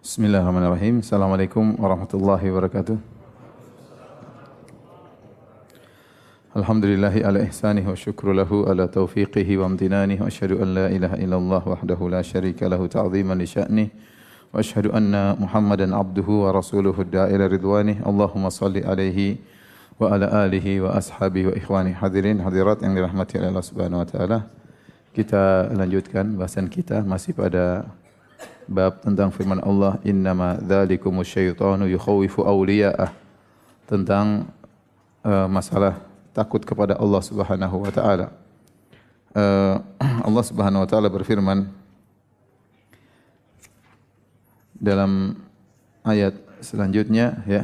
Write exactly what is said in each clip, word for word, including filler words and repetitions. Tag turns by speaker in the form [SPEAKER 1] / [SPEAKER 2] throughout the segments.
[SPEAKER 1] Bismillahirrahmanirrahim. Assalamualaikum warahmatullahi wabarakatuh. Alhamdulillahi ala ihsanih wa syukru lahu ala taufiqihi wa amtinanih wa asyhadu an la ilaha illallah wahdahu la syarika lahu ta'ziman li sya'nih wa asyhadu anna Muhammadan abduhu wa rasuluhu da'ila ridwanih. Allahumma salli alaihi wa ala alihi wa ashabihi wa ikhwani hadirin hadirat yang dirahmati oleh Allah Subhanahu wa taala. Kita lanjutkan bahasan kita masih pada bab tentang firman Allah, innama dzalikumus syaitanu yukhawifu awliya'ah, tentang uh, masalah takut kepada Allah Subhanahu wa taala. Uh, Allah Subhanahu wa taala berfirman dalam ayat selanjutnya, ya.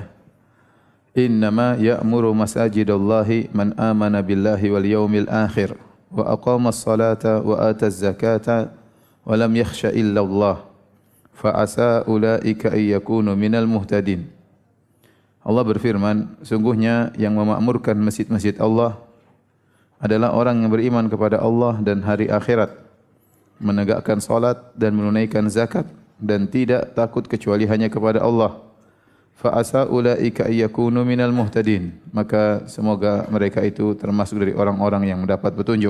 [SPEAKER 1] Innama ya'muru masajidallahi man amana billahi wal yawmil akhir wa aqamas salata wa ataz zakata wa lam yakhsha illa Allah fa asa ulaika ay yakunu minal muhtadin. Allah berfirman, sungguhnya yang memakmurkan masjid-masjid Allah adalah orang yang beriman kepada Allah dan hari akhirat, menegakkan salat dan menunaikan zakat dan tidak takut kecuali hanya kepada Allah. Fa asa ulaika ay yakunu minal muhtadin. Maka semoga mereka itu termasuk dari orang-orang yang mendapat petunjuk.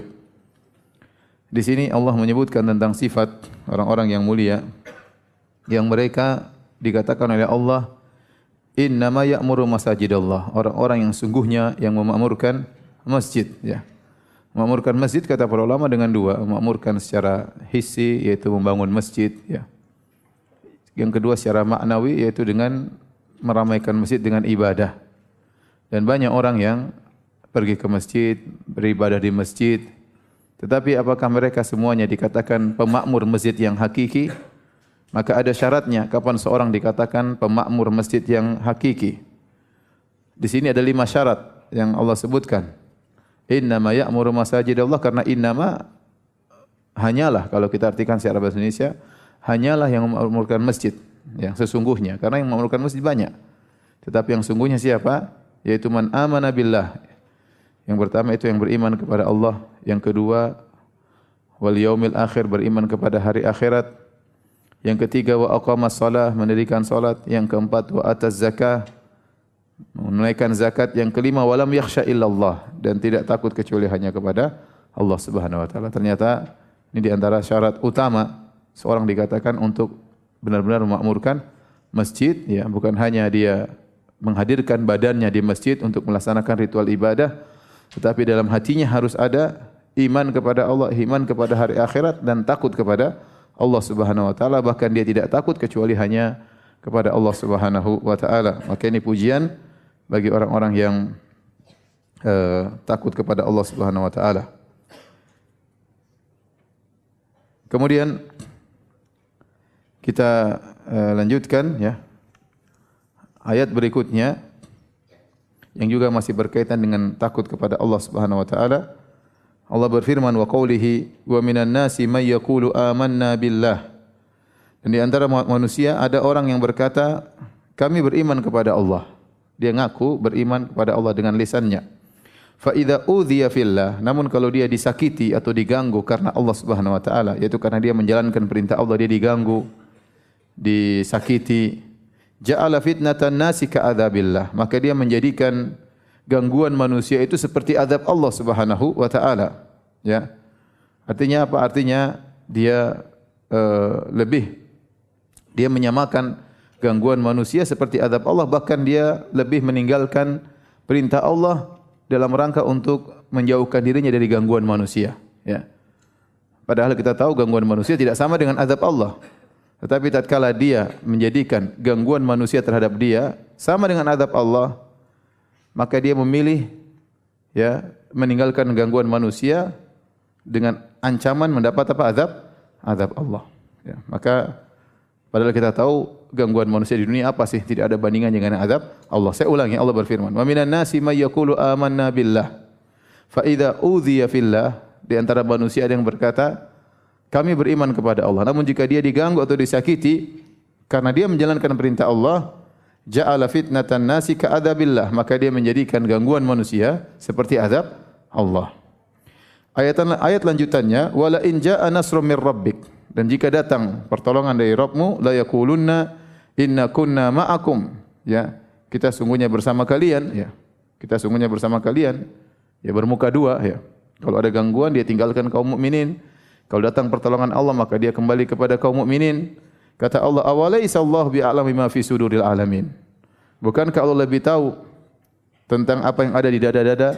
[SPEAKER 1] Di sini Allah menyebutkan tentang sifat orang-orang yang mulia yang mereka dikatakan oleh Allah, innama ya'muru masajidallah, orang-orang yang sungguhnya yang memakmurkan masjid, ya. Memakmurkan masjid kata para ulama dengan dua, memakmurkan secara hissi yaitu membangun masjid, ya. Yang kedua secara maknawi yaitu dengan meramaikan masjid dengan ibadah. Dan banyak orang yang pergi ke masjid, beribadah di masjid, tetapi apakah mereka semuanya dikatakan pemakmur masjid yang hakiki? Maka ada syaratnya kapan seorang dikatakan pemakmur masjid yang hakiki. Di sini ada lima syarat yang Allah sebutkan. Innama ya'muru masajidallah, karena innama hanyalah, kalau kita artikan secara bahasa Indonesia, hanyalah yang memakmurkan masjid, yang sesungguhnya. Karena yang memakmurkan masjid banyak. Tetapi yang sungguhnya siapa? Yaitu man amana billah. Yang pertama itu yang beriman kepada Allah. Yang kedua, wal yaumil akhir, beriman kepada hari akhirat. Yang ketiga, wa aqamas shalah, mendirikan salat. Yang keempat, wa ataz zakah, menunaikan zakat. Yang kelima, wa lam yakhsha illallah, dan tidak takut kecuali hanya kepada Allah Subhanahu wa taala. Ternyata ini di antara syarat utama seorang dikatakan untuk benar-benar memakmurkan masjid, ya, bukan hanya dia menghadirkan badannya di masjid untuk melaksanakan ritual ibadah, tetapi dalam hatinya harus ada iman kepada Allah, iman kepada hari akhirat, dan takut kepada Allah Subhanahu wa taala. Bahkan dia tidak takut kecuali hanya kepada Allah Subhanahu wa taala. Maka ini pujian bagi orang-orang yang uh, takut kepada Allah Subhanahu wa taala. Kemudian kita uh, lanjutkan, ya. Ayat berikutnya yang juga masih berkaitan dengan takut kepada Allah Subhanahu wa taala. Allah berfirman, wa qawlihi wa minan nasi may yaqulu amanna billah. Dan di antara manusia ada orang yang berkata, kami beriman kepada Allah. Dia ngaku beriman kepada Allah dengan lisannya. Fa idza udhiya fillah, namun kalau dia disakiti atau diganggu karena Allah Subhanahu wa taala, yaitu karena dia menjalankan perintah Allah, dia diganggu, disakiti, ja'ala fitnatan nasi ka'adzabillah, maka dia menjadikan gangguan manusia itu seperti azab Allah Subhanahu wa taala, ya. Artinya apa? Artinya dia uh, lebih dia menyamakan gangguan manusia seperti azab Allah, bahkan dia lebih meninggalkan perintah Allah dalam rangka untuk menjauhkan dirinya dari gangguan manusia, ya. Padahal kita tahu gangguan manusia tidak sama dengan azab Allah. Tetapi tatkala dia menjadikan gangguan manusia terhadap dia sama dengan azab Allah, maka dia memilih, ya, meninggalkan gangguan manusia dengan ancaman mendapat apa? Azab, azab Allah. Ya, maka padahal kita tahu gangguan manusia di dunia apa sih? Tidak ada bandingan dengan azab Allah. Saya ulangi, Allah berfirman, wa minan nasi may yaqulu amanna billah fa idza udhiya fillah, di antara manusia ada yang berkata, kami beriman kepada Allah. Namun jika dia diganggu atau disakiti karena dia menjalankan perintah Allah, ja'ala fitnatan nasi ka'adzabillah, maka dia menjadikan gangguan manusia seperti azab Allah. Ayat ayat lanjutannya, wala in ja'a nasrun mir rabbik, dan jika datang pertolongan dari Rabbmu, la yaqulunna Inna kunna ma'akum. Ya, kita sungguhnya bersama kalian, ya. Kita sungguhnya bersama kalian. Ya, bermuka dua, ya. Kalau ada gangguan dia tinggalkan kaum mukminin. Kalau datang pertolongan Allah maka dia kembali kepada kaum mukminin. Kata Allah, "Awalaysa Allah bi'alami ma fi suduril alamin." Bukankah Allah lebih tahu tentang apa yang ada di dada-dada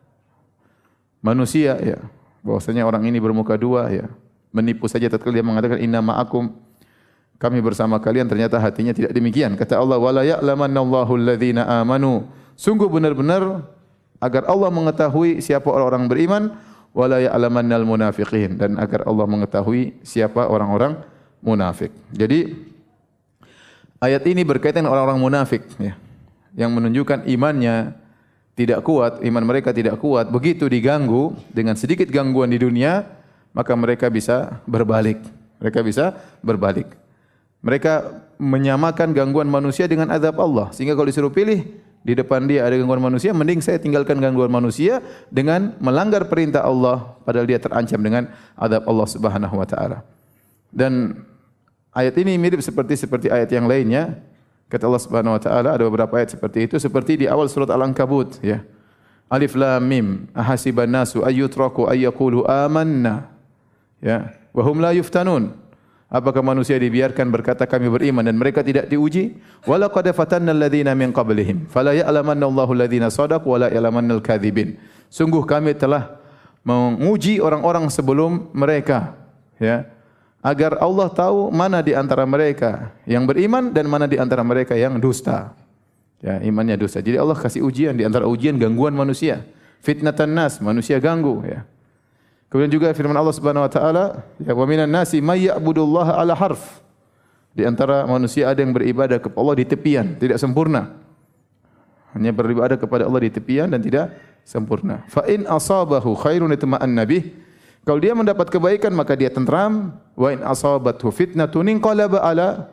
[SPEAKER 1] manusia, ya. Bahwasanya orang ini bermuka dua, ya. Menipu saja tatkala dia mengatakan inna ma'akum, kami bersama kalian, ternyata hatinya tidak demikian. Kata Allah, "Wala ya'lamannallahu alladhina amanu." Sungguh benar-benar agar Allah mengetahui siapa orang-orang beriman, wala ya'lamannal munafiqin, dan agar Allah mengetahui siapa orang-orang munafik. Jadi ayat ini berkaitan dengan orang-orang munafik, ya, yang menunjukkan imannya tidak kuat, iman mereka tidak kuat. Begitu diganggu dengan sedikit gangguan di dunia, maka mereka bisa berbalik. Mereka bisa berbalik. Mereka menyamakan gangguan manusia dengan azab Allah. Sehingga kalau disuruh pilih, di depan dia ada gangguan manusia, mending saya tinggalkan gangguan manusia dengan melanggar perintah Allah, padahal dia terancam dengan azab Allah Subhanahu wa taala. Dan ayat ini mirip seperti seperti ayat yang lainnya. Kata Allah Subhanahu wa taala, ada beberapa ayat seperti itu, seperti di awal surat Al-Ankabut, ya. Alif lam mim, ahasiban nasu ayyutraku ayyaqulu amanna, ya, wa hum la yuftanun. Apakah manusia dibiarkan berkata kami beriman dan mereka tidak diuji? Wa laqad fatanna alladziina min qablihim fala ya'lamanna Allahu alladziina shadaqu wa la ya'lamannal kadzibin. Sungguh kami telah menguji orang-orang sebelum mereka, ya, agar Allah tahu mana di antara mereka yang beriman dan mana di antara mereka yang dusta. Ya, imannya dusta. Jadi Allah kasih ujian, di antara ujian gangguan manusia. Fitnatan nas, manusia ganggu, ya. Kemudian juga firman Allah Subhanahu wa taala, ya, wa minan nasi may ya'budullaha ala harf. Di antara manusia ada yang beribadah kepada Allah di tepian, tidak sempurna. Hanya beribadah kepada Allah di tepian dan tidak sempurna. Fa in asabahu khairun itma'anna bih. Kalau dia mendapat kebaikan maka dia tentram. Wa in asabathu fitnatun inqalaba ala.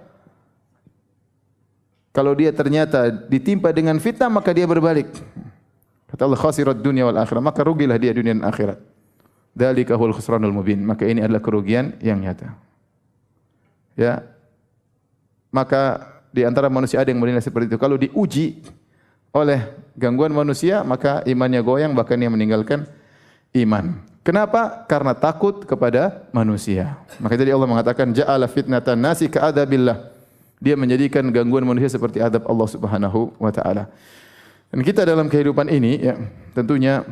[SPEAKER 1] Kalau dia ternyata ditimpa dengan fitnah maka dia berbalik. Kata Allah, khasirat dunya wal akhirah, maka rugilah dia dunia dan akhirat. Dzalika huwal khusranul mubin, maka ini adalah kerugian yang nyata. Ya. Maka di antara manusia ada yang menilai seperti itu. Kalau diuji oleh gangguan manusia, maka imannya goyang, bahkan dia meninggalkan iman. Kenapa? Karena takut kepada manusia. Maka tadi Allah mengatakan ja'ala fitnatan nasi ka'adabillah. Dia menjadikan gangguan manusia seperti adab Allah Subhanahu wa taala. Dan kita dalam kehidupan ini, ya, tentunya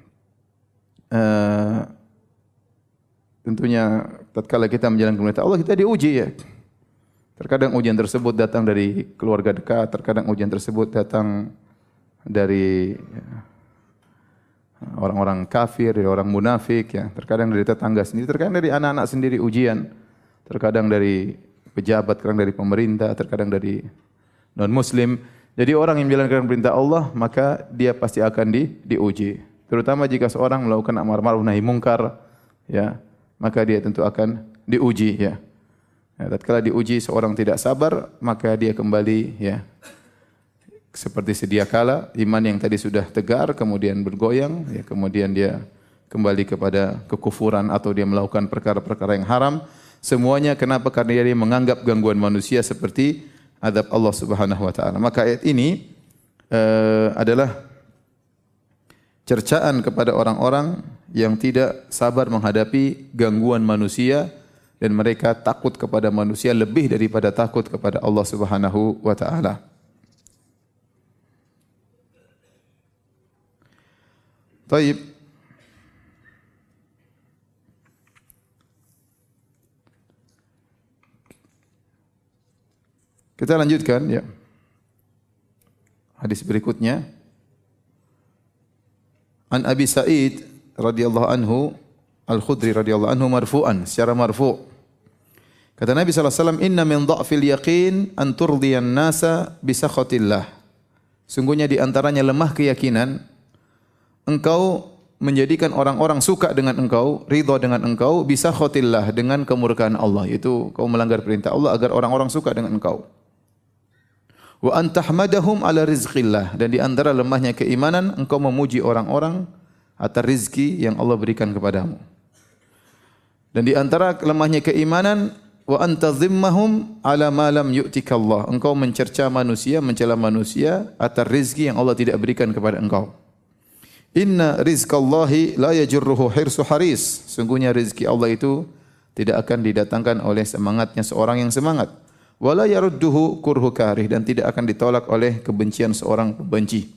[SPEAKER 1] Uh, tentunya tatkala kita menjalankan perintah Allah kita diuji, ya. Terkadang ujian tersebut datang dari keluarga dekat, terkadang ujian tersebut datang dari orang-orang kafir, dari orang munafik, ya. Terkadang dari tetangga sendiri, terkadang dari anak-anak sendiri ujian, terkadang dari pejabat, terkadang dari pemerintah, terkadang dari non muslim. Jadi orang yang menjalankan perintah Allah maka dia pasti akan di, diuji. Terutama jika seorang melakukan amar ma'ruf nahi mungkar, ya, maka dia tentu akan diuji, ya. Ya, tatkala diuji seorang tidak sabar, maka dia kembali, ya, seperti sedia kala, iman yang tadi sudah tegar kemudian bergoyang, ya, kemudian dia kembali kepada kekufuran atau dia melakukan perkara-perkara yang haram. Semuanya kenapa? Karena dia menganggap gangguan manusia seperti azab Allah Subhanahu wa taala. Maka ayat ini uh, adalah cercaan kepada orang-orang yang tidak sabar menghadapi gangguan manusia dan mereka takut kepada manusia lebih daripada takut kepada Allah Subhanahu wa taala. Baik. Kita lanjutkan, ya. Hadis berikutnya. An Abi Sa'id radhiyallahu anhu Al-Khudri radhiyallahu anhu marfu'an, secara marfu'. Kata Nabi sallallahu alaihi wasallam, "Inna min dha'fil yaqin an turdiyan nasa bi sakhatillah." Sungguhnya di antaranya lemah keyakinan engkau menjadikan orang-orang suka dengan engkau, ridha dengan engkau, bi sakhatillah, dengan kemurkaan Allah, yaitu kau melanggar perintah Allah agar orang-orang suka dengan engkau. Wa antahmadahum ala rizqillah, dan di antara lemahnya keimanan engkau memuji orang-orang atas rizki yang Allah berikan kepadamu. Dan di antara lemahnya keimanan wa anta dhimmahum ala ma lam yu'tika Allah. Engkau mencerca manusia, mencela manusia atas rezeki yang Allah tidak berikan kepada engkau. Inna rizqallahi la yajurruhu hirsu haris. Sungguhnya rezeki Allah itu tidak akan didatangkan oleh semangatnya seorang yang semangat. Wala yarudduhu kurhu karih, dan tidak akan ditolak oleh kebencian seorang pembenci.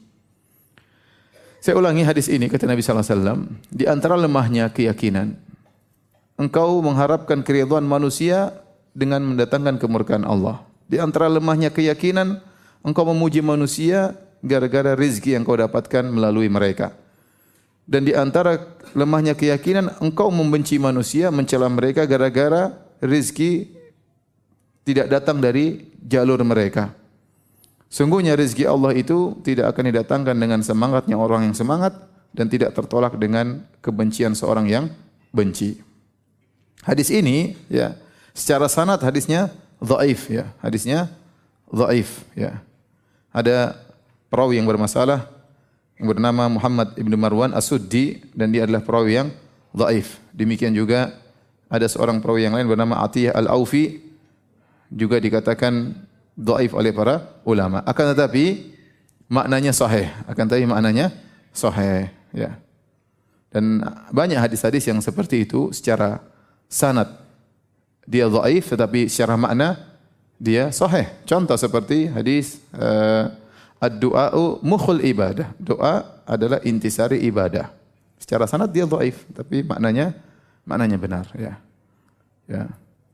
[SPEAKER 1] Saya ulangi hadis ini, kata Nabi sallallahu alaihi wasallam, di antara lemahnya keyakinan, engkau mengharapkan keridhaan manusia dengan mendatangkan kemurkaan Allah. Di antara lemahnya keyakinan, engkau memuji manusia gara-gara rezeki yang kau dapatkan melalui mereka. Dan di antara lemahnya keyakinan, engkau membenci manusia, mencela mereka gara-gara rezeki tidak datang dari jalur mereka. Sungguhnya rezeki Allah itu tidak akan didatangkan dengan semangatnya orang yang semangat dan tidak tertolak dengan kebencian seorang yang benci. Hadis ini ya, secara sanad hadisnya dhaif ya, hadisnya dhaif ya. Ada perawi yang bermasalah yang bernama Muhammad ibn Marwan As-Suddi, dan dia adalah perawi yang dhaif. Demikian juga ada seorang perawi yang lain bernama Atiyah Al-Aufi, juga dikatakan dhaif oleh para ulama. Akan tetapi maknanya sahih, akan tetapi maknanya sahih ya. Dan banyak hadis-hadis yang seperti itu, secara sanad dia dhaif tetapi secara makna dia sahih. Contoh seperti hadis uh, ad-du'a'u mukhul ibadah. Doa adalah intisari ibadah. Secara sanad dia dhaif tapi maknanya maknanya benar ya. Ya.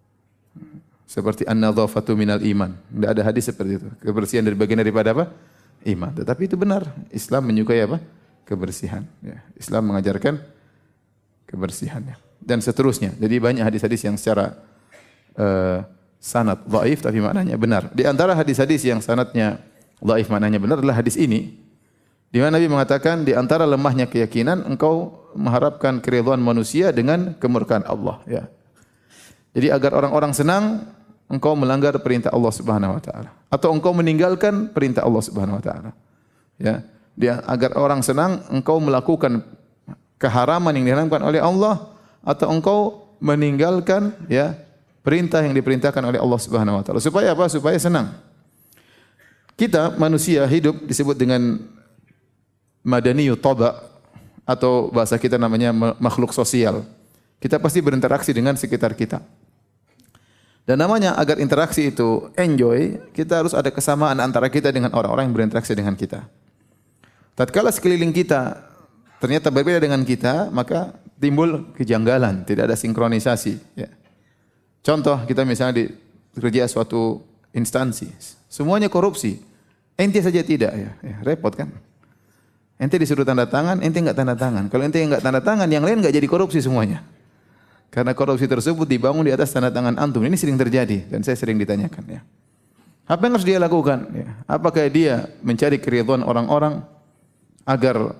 [SPEAKER 1] Seperti an-nadhafatu minal iman. Tidak ada hadis seperti itu. Kebersihan dari bagian daripada apa? Iman. Tetapi itu benar. Islam menyukai apa? Kebersihan. Ya. Islam mengajarkan kebersihannya. Dan seterusnya. Jadi banyak hadis-hadis yang secara uh, sanad dhaif tapi maknanya benar. Di antara hadis-hadis yang sanadnya dhaif maknanya benar adalah hadis ini. Di mana Nabi mengatakan di antara lemahnya keyakinan engkau mengharapkan keridhaan manusia dengan kemurkaan Allah ya. Jadi agar orang-orang senang, engkau melanggar perintah Allah Subhanahu wa taala atau engkau meninggalkan perintah Allah Subhanahu wa taala. Ya, dia agar orang senang engkau melakukan keharaman yang diharamkan oleh Allah atau engkau meninggalkan ya perintah yang diperintahkan oleh Allah Subhanahu wa taala. Supaya apa? Supaya senang. Kita manusia hidup disebut dengan madaniyu taba, atau bahasa kita namanya makhluk sosial. Kita pasti berinteraksi dengan sekitar kita. Dan namanya agar interaksi itu enjoy, kita harus ada kesamaan antara kita dengan orang-orang yang berinteraksi dengan kita. Tatkala sekeliling kita ternyata berbeda dengan kita, maka timbul kejanggalan, tidak ada sinkronisasi. Ya. Contoh, kita misalnya di kerja suatu instansi, semuanya korupsi, ente saja tidak, ya, ya repot kan? Ente disuruh tanda tangan, ente enggak tanda tangan. Kalau ente enggak tanda tangan, yang lain enggak jadi korupsi semuanya. Karena korupsi tersebut dibangun di atas tanda tangan antum. Ini sering terjadi dan saya sering ditanyakan. Ya. Apa yang harus dia lakukan? Ya. Apakah dia mencari keridhaan orang-orang agar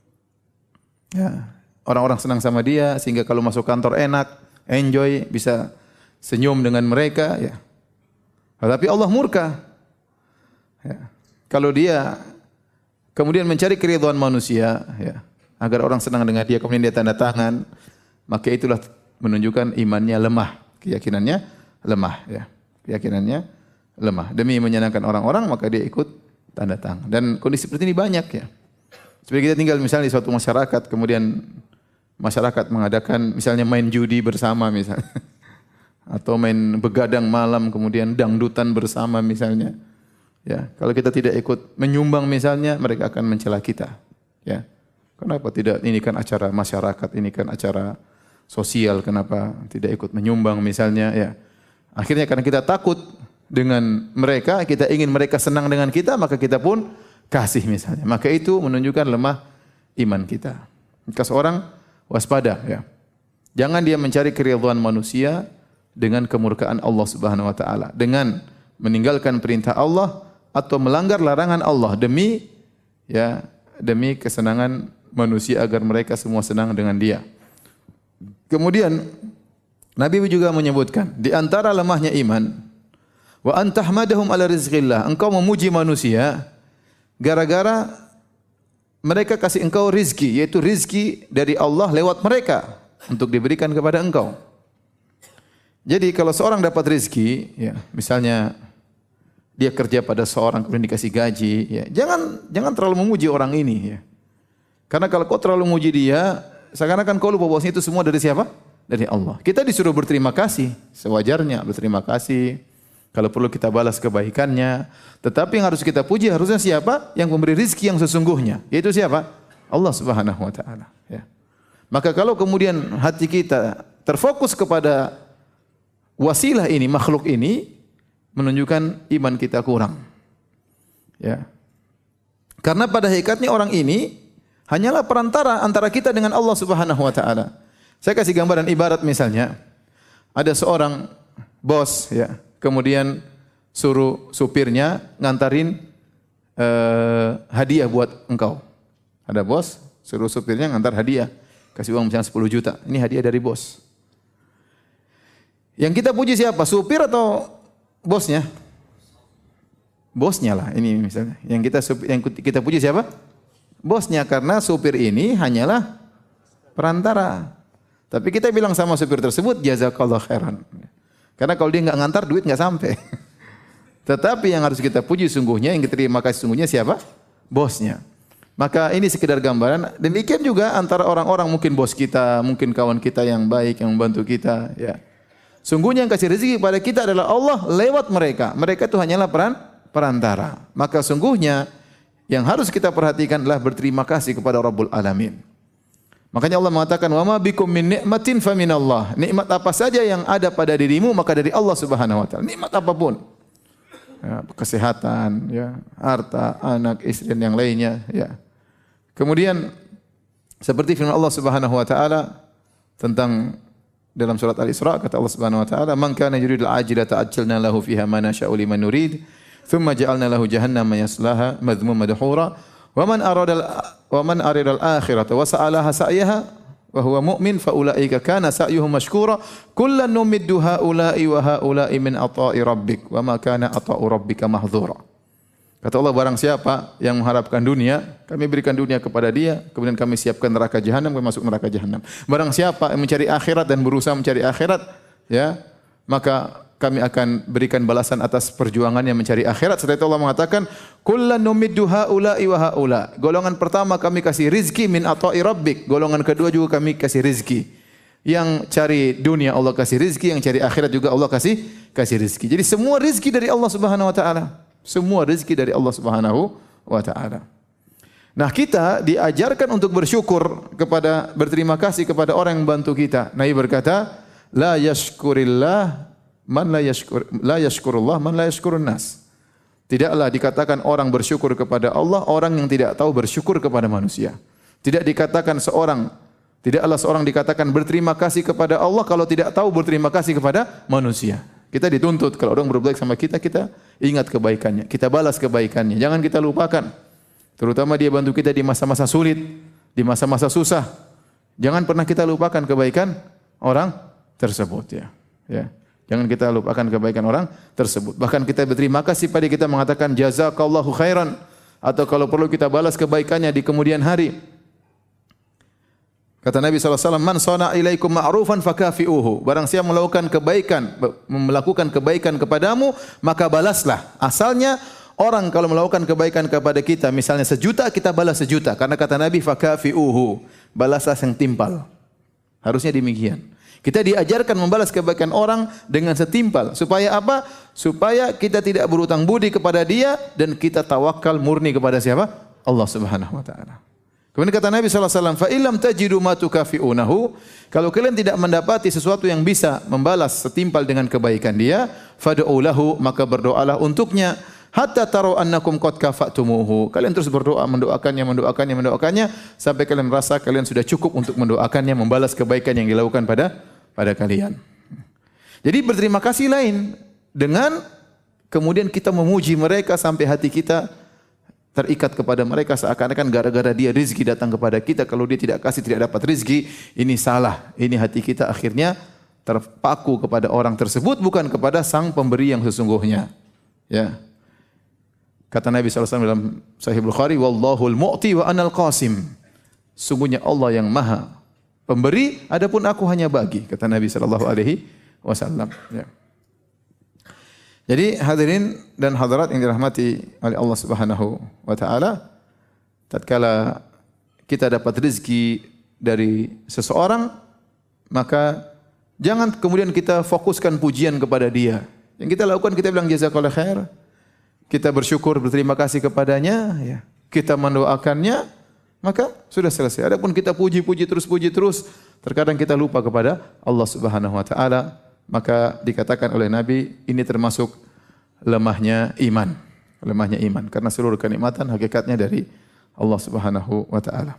[SPEAKER 1] ya, orang-orang senang sama dia sehingga kalau masuk kantor enak, enjoy, bisa senyum dengan mereka? Ya. Tetapi Allah murka. Ya. Kalau dia kemudian mencari keridhaan manusia, ya, agar orang senang dengan dia, kemudian dia tanda tangan, maka itulah menunjukkan imannya lemah, keyakinannya lemah, ya, keyakinannya lemah. Demi menyenangkan orang-orang, maka dia ikut tanda tangan. Dan kondisi seperti ini banyak, ya. Seperti kita tinggal misalnya di suatu masyarakat, kemudian masyarakat mengadakan misalnya main judi bersama misalnya, atau main begadang malam, kemudian dangdutan bersama misalnya. Ya, kalau kita tidak ikut menyumbang misalnya, mereka akan mencela kita. Ya, kenapa tidak? Ini kan acara masyarakat, ini kan acara sosial, kenapa tidak ikut menyumbang misalnya? Ya, akhirnya karena kita takut dengan mereka, kita ingin mereka senang dengan kita, maka kita pun kasih misalnya. Maka itu menunjukkan lemah iman kita. Maka seorang waspada, ya, jangan dia mencari keridhaan manusia dengan kemurkaan Allah Subhanahu Wa Taala, dengan meninggalkan perintah Allah atau melanggar larangan Allah demi ya demi kesenangan manusia agar mereka semua senang dengan dia. Kemudian Nabi juga menyebutkan di antara lemahnya iman wa antahmadahum ala rizqillah, engkau memuji manusia gara-gara mereka kasih engkau rizki, yaitu rizki dari Allah lewat mereka untuk diberikan kepada engkau. Jadi kalau seorang dapat rezeki, ya, misalnya dia kerja pada seorang kemudian dikasih gaji, ya, jangan jangan terlalu memuji orang ini, ya. Karena kalau kau terlalu memuji dia, seakan-akan kau lupa bahwasanya itu semua dari siapa? Dari Allah. Kita disuruh berterima kasih, sewajarnya berterima kasih. Kalau perlu kita balas kebaikannya. Tetapi yang harus kita puji harusnya siapa? Yang memberi rezeki yang sesungguhnya. Yaitu siapa? Allah Subhanahu wa taala, ya. Maka kalau kemudian hati kita terfokus kepada wasilah ini, makhluk ini, menunjukkan iman kita kurang. Ya. Karena pada hakikatnya orang ini hanyalah perantara antara kita dengan Allah Subhanahu wa taala. Saya kasih gambaran ibarat misalnya, ada seorang bos, ya, kemudian suruh supirnya ngantarin uh, hadiah buat engkau. Ada bos, suruh supirnya ngantar hadiah, kasih uang misalnya sepuluh juta. Ini hadiah dari bos. Yang kita puji siapa? Supir atau bosnya? Bosnya lah ini misalnya. Yang kita yang kita puji siapa? Bosnya, karena supir ini hanyalah perantara. Tapi kita bilang sama supir tersebut jazakallah khairan. Karena kalau dia enggak ngantar duit enggak sampai. Tetapi yang harus kita puji sungguhnya, yang kita terima kasih sungguhnya siapa? Bosnya. Maka ini sekedar gambaran. Demikian juga antara orang-orang, mungkin bos kita, mungkin kawan kita yang baik yang membantu kita, ya. Sungguhnya yang kasih rezeki kepada kita adalah Allah lewat mereka. Mereka itu hanyalah peran perantara. Maka sungguhnya yang harus kita perhatikan adalah berterima kasih kepada Rabbul Alamin. Makanya Allah mengatakan, "Wa ma bikum min ni'matin fa minallah." Nikmat apa saja yang ada pada dirimu maka dari Allah Subhanahu wa taala. Nikmat apapun. Ya, kesehatan, ya, harta, anak, istri dan yang lainnya, ya. Kemudian seperti firman Allah Subhanahu wa taala tentang dalam surat Al-Isra, kata Allah Subhanahu wa taala, "Man kana yuridul ajilata ajjalna lahu fiha ma nasha'u liman nurid, thumma ja'alna lahu jahannama yaslaha madhmuman madhura, wa man arada wa man arada al-akhirata wa sa'alaha sa'yaha wa huwa mu'min fa ulaika kana sa'yuhum mashkura, kullan numiddu haula'i wa haula'i min ata'i rabbik, wa ma kana ata'u rabbika mahdhura." Kata Allah, barang siapa yang mengharapkan dunia, kami berikan dunia kepada dia, kemudian kami siapkan neraka jahanam, kami masuk neraka jahanam. Barang siapa yang mencari akhirat dan berusaha mencari akhirat, ya, maka kami akan berikan balasan atas perjuangannya mencari akhirat. Setelah itu Allah mengatakan, kullan numiddu haula'i wa haula. Golongan pertama kami kasih rizki min ata'i rabbik. Golongan kedua juga kami kasih rizki. Yang cari dunia Allah kasih rizki, yang cari akhirat juga Allah kasih kasih rizki. Jadi semua rizki dari Allah Subhanahu wa taala. Semua rezeki dari Allah Subhanahu wa taala. Nah, kita diajarkan untuk bersyukur kepada, berterima kasih kepada orang yang membantu kita. Nabi berkata, la yashkurillah man la yashkur la yashkurullah man la yashkurun nas. Tidaklah dikatakan orang bersyukur kepada Allah orang yang tidak tahu bersyukur kepada manusia. Tidak dikatakan seorang tidaklah seorang dikatakan berterima kasih kepada Allah kalau tidak tahu berterima kasih kepada manusia. Kita dituntut kalau orang berbuat baik sama kita, kita ingat kebaikannya, kita balas kebaikannya. Jangan kita lupakan. Terutama dia bantu kita di masa-masa sulit, di masa-masa susah. Jangan pernah kita lupakan kebaikan orang tersebut, ya. Ya. Jangan kita lupakan kebaikan orang tersebut. Bahkan kita berterima kasih pada kita mengatakan jazakallahu khairan, atau kalau perlu kita balas kebaikannya di kemudian hari. Kata Nabi sallallahu alaihi wasallam, "Man shana ilaikum ma'rufan fakafi'uhu." Barang siapa melakukan kebaikan, melakukan kebaikan kepadamu, maka balaslah. Asalnya orang kalau melakukan kebaikan kepada kita, misalnya sejuta, kita balas sejuta. Karena kata Nabi, fakafi'uhu. Balaslah yang timpal. Harusnya demikian. Kita diajarkan membalas kebaikan orang dengan setimpal. Supaya apa? Supaya kita tidak berutang budi kepada dia dan kita tawakal murni kepada siapa? Allah Subhanahu wa taala. Kemudian kata Nabi sallallahu alaihi wasallam, "Fa illam tajidu ma tukafi'unahu." Kalau kalian tidak mendapati sesuatu yang bisa membalas setimpal dengan kebaikan dia, fad'u lahu, maka berdoalah untuknya, hatta taru annakum qad kafatumuhu. Kalian terus berdoa, mendoakannya, mendoakannya, mendoakannya sampai kalian merasa kalian sudah cukup untuk mendoakannya, membalas kebaikan yang dilakukan pada pada kalian. Jadi berterima kasih lain dengan kemudian kita memuji mereka sampai hati kita terikat kepada mereka seakan-akan gara-gara dia rizki datang kepada kita. Kalau dia tidak kasih, tidak dapat rizki, ini salah. Ini hati kita akhirnya terpaku kepada orang tersebut, bukan kepada sang pemberi yang sesungguhnya. Ya. Kata Nabi sallallahu alaihi wasallam dalam Sahih Bukhari, "Wallahul mu'ti wa anal qasim." Sungguhnya Allah yang maha pemberi, adapun aku hanya bagi. Kata Nabi sallallahu alaihi wasallam. Ya. Jadi hadirin dan hadirat yang dirahmati oleh Allah Subhanahu wa taala, tatkala kita dapat rezeki dari seseorang, maka jangan kemudian kita fokuskan pujian kepada dia. Yang kita lakukan, kita bilang jazakallahu khair, kita bersyukur, berterima kasih kepadanya, ya. Kita mendoakannya, maka sudah selesai. Adapun kita puji-puji terus, puji terus, terkadang kita lupa kepada Allah Subhanahu wa taala. Maka dikatakan oleh Nabi, ini termasuk lemahnya iman. Lemahnya iman. Karena seluruh kenikmatan hakikatnya dari Allah Subhanahu wa ta'ala.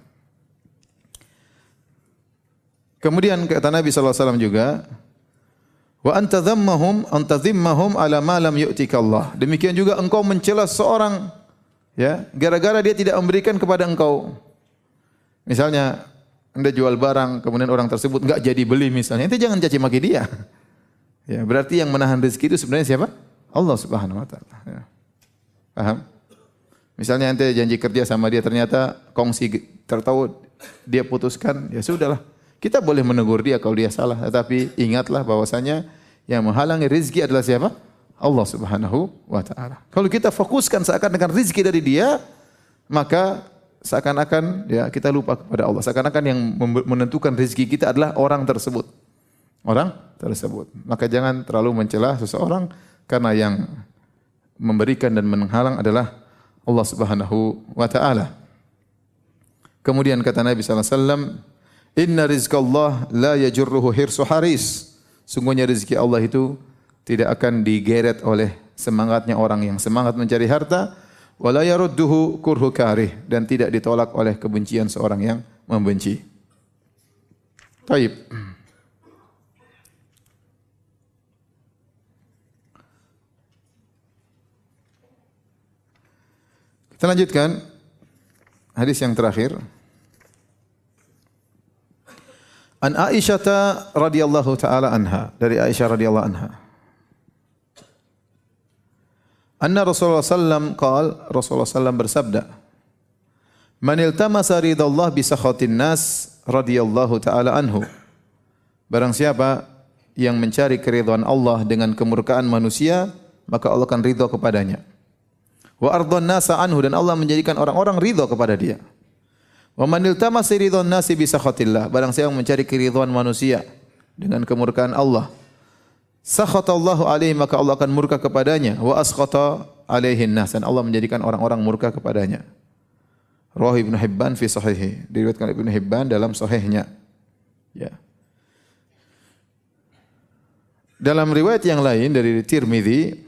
[SPEAKER 1] Kemudian kata Nabi sallallahu alaihi wasallam juga, wa anta dhammahum anta dhimmahum ala ma lam yu'tika Allah. Demikian juga engkau mencela seorang, ya, gara-gara dia tidak memberikan kepada engkau. Misalnya Anda jual barang, kemudian orang tersebut enggak jadi beli misalnya, ente jangan caci maki dia. Ya, berarti yang menahan rezeki itu sebenarnya siapa? Allah Subhanahu wa taala. Ya. Paham? Misalnya ente janji kerja sama dia, ternyata kongsi tertahu dia putuskan, ya sudahlah. Kita boleh menegur dia kalau dia salah, tetapi ingatlah bahwasanya yang menghalangi rezeki adalah siapa? Allah Subhanahu wa taala. Kalau kita fokuskan seakan-akan rezeki dari dia, maka seakan-akan ya kita lupa kepada Allah. Seakan-akan yang menentukan rezeki kita adalah orang tersebut. Orang tersebut. Maka jangan terlalu mencela seseorang, karena yang memberikan dan menghalang adalah Allah Subhanahu wa taala. Kemudian kata Nabi sallallahu alaihi wasallam, "Inna rizqallah la yajurruhu hirsu haris." Sungguhnya rezeki Allah itu tidak akan digeret oleh semangatnya orang yang semangat mencari harta, wa la yarudduhu kurhu karih, dan tidak ditolak oleh kebencian seorang yang membenci. Baik. Kita lanjutkan hadis yang terakhir. An Aisyah radhiyallahu taala anha, dari Aisyah radhiyallahu anha. Anna Rasulullah sallam qaal, Rasulullah sallam bersabda, "Man iltamasa ridallah bi sakhatin nas radhiyallahu taala anhu." Barang siapa yang mencari keridhaan Allah dengan kemurkaan manusia, maka Allah akan ridha kepadanya. Wa ardhan nasa anhu, dan Allah menjadikan orang-orang ridha kepada dia. Wa man iltamasa ridhan nasi bi sakhatillah, barang siapa yang mencari keridhaan manusia dengan kemurkaan Allah, sakhatallahu alaihi, maka Allah akan murka kepadanya. Wa askhata alaihin nas, dan Allah menjadikan orang-orang murka kepadanya. Rawi Ibnu Hibban fi sahihi, diriwayatkan Ibnu Hibban dalam sahihnya. Ya. Dalam riwayat yang lain dari Tirmizi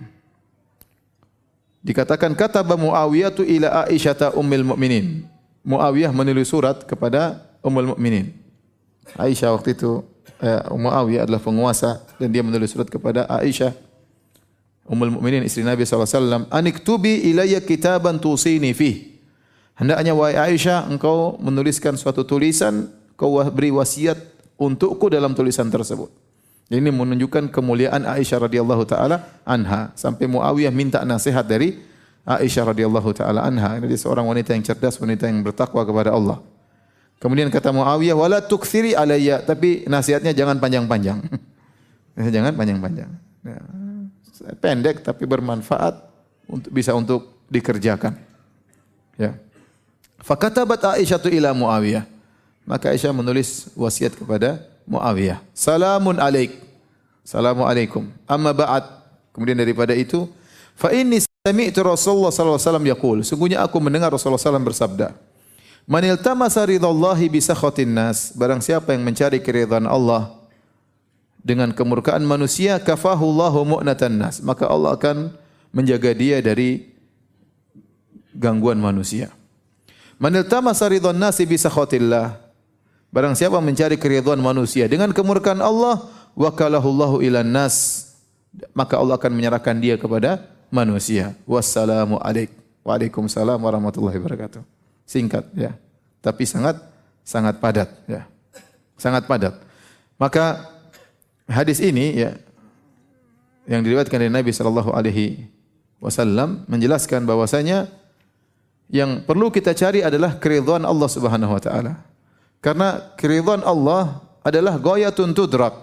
[SPEAKER 1] dikatakan kata Muawiyah tu ila Aisyah ummul mukminin. Muawiyah menulis surat kepada Ummul Mukminin. Aisyah waktu itu eh, Muawiyah adalah penguasa, dan dia menulis surat kepada Aisyah Ummul Mukminin, istri Nabi sallallahu alaihi wasallam, "Aniktubi ilayya kitaban tusini fih." Hendaknya wahai Aisyah, engkau menuliskan suatu tulisan, kau beri wasiat untukku dalam tulisan tersebut. Ini menunjukkan kemuliaan Aisyah radhiyallahu taala anha, sampai Muawiyah minta nasihat dari Aisyah radhiyallahu taala anha. Ini seorang wanita yang cerdas, wanita yang bertakwa kepada Allah. Kemudian kata Muawiyah, "Wala tukthiri alayya," tapi nasihatnya jangan panjang-panjang. Jangan panjang-panjang. Ya, pendek tapi bermanfaat, untuk bisa untuk dikerjakan. Ya. Fakatabat Aisyah tu ila Muawiyah. Maka Aisyah menulis wasiat kepada Muawiyah. Salamun alaik. Assalamualaikum. Amma ba'd. Kemudian daripada itu, fa inni sami'tu Rasulullah sallallahu alaihi wasallam yaqul. Sungguhnya aku mendengar Rasulullah sallallahu alaihi wasallam bersabda, "Man iltamasa ridallahi bi sakhatin nas." Barang siapa yang mencari keridhaan Allah dengan kemurkaan manusia, kafahullahu mu'natan nas, maka Allah akan menjaga dia dari gangguan manusia. Man iltamasa ridhan nasi bi sakhatillah. Barang siapa mencari keridhaan manusia dengan kemurkaan Allah, wakalahullahu ilan nas, maka Allah akan menyerahkan dia kepada manusia. Wassalamu alaik. Waalaikumsalam warahmatullahi wabarakatuh. Singkat ya, tapi sangat sangat padat ya. Sangat padat. Maka hadis ini ya yang diriwayatkan dari Nabi sallallahu alaihi wasallam menjelaskan bahwasanya yang perlu kita cari adalah keridhaan Allah Subhanahu wa taala. Karena keridhaan Allah adalah ghayatun tudrak,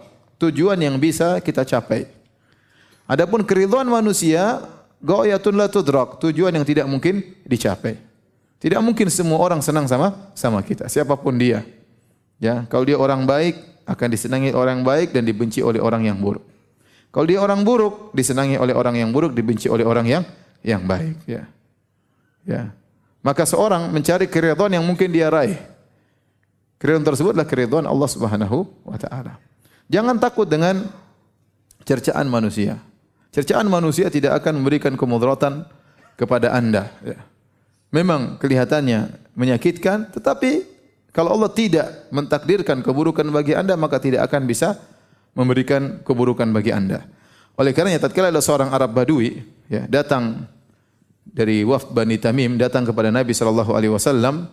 [SPEAKER 1] tujuan yang bisa kita capai. Adapun keridhaan manusia, ghayatun la tudrak, tujuan yang tidak mungkin dicapai. Tidak mungkin semua orang senang sama sama kita, siapapun dia. Ya, kalau dia orang baik akan disenangi orang baik dan dibenci oleh orang yang buruk. Kalau dia orang buruk disenangi oleh orang yang buruk, dibenci oleh orang yang yang baik, ya. Ya. Maka seorang mencari keridhaan yang mungkin dia raih. Keridhaan tersebutlah keridhaan Allah Subhanahu wa taala. Jangan takut dengan cercaan manusia. Cercaan manusia tidak akan memberikan kemudaratan kepada Anda, ya. Memang kelihatannya menyakitkan, tetapi kalau Allah tidak mentakdirkan keburukan bagi Anda, maka tidak akan bisa memberikan keburukan bagi Anda. Oleh karenanya tatkala ada seorang Arab Badui, ya, datang dari wafd Bani Tamim, datang kepada Nabi sallallahu alaihi wasallam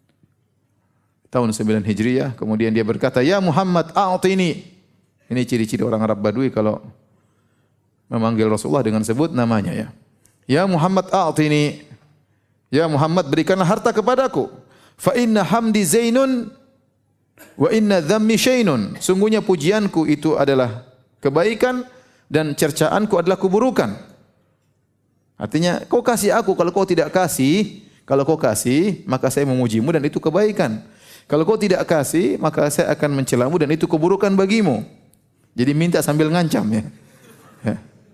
[SPEAKER 1] tahun sembilan Hijriah, kemudian dia berkata, "Ya Muhammad, a'tini." Ini ciri-ciri orang Arab Badui kalau memanggil Rasulullah dengan sebut namanya, ya. "Ya Muhammad, a'tini." Ya Muhammad, berikanlah harta kepadaku. Fa inna hamdi zainun wa inna dhammi syainun. Sungguhnya pujianku itu adalah kebaikan dan cercaanku adalah keburukan. Artinya, kau kasih aku, kalau kau tidak kasih, kalau kau kasih, maka saya memujimu dan itu kebaikan. Kalau kau tidak kasih, maka saya akan mencelamu dan itu keburukan bagimu. Jadi minta sambil ngancam, ya. Ya.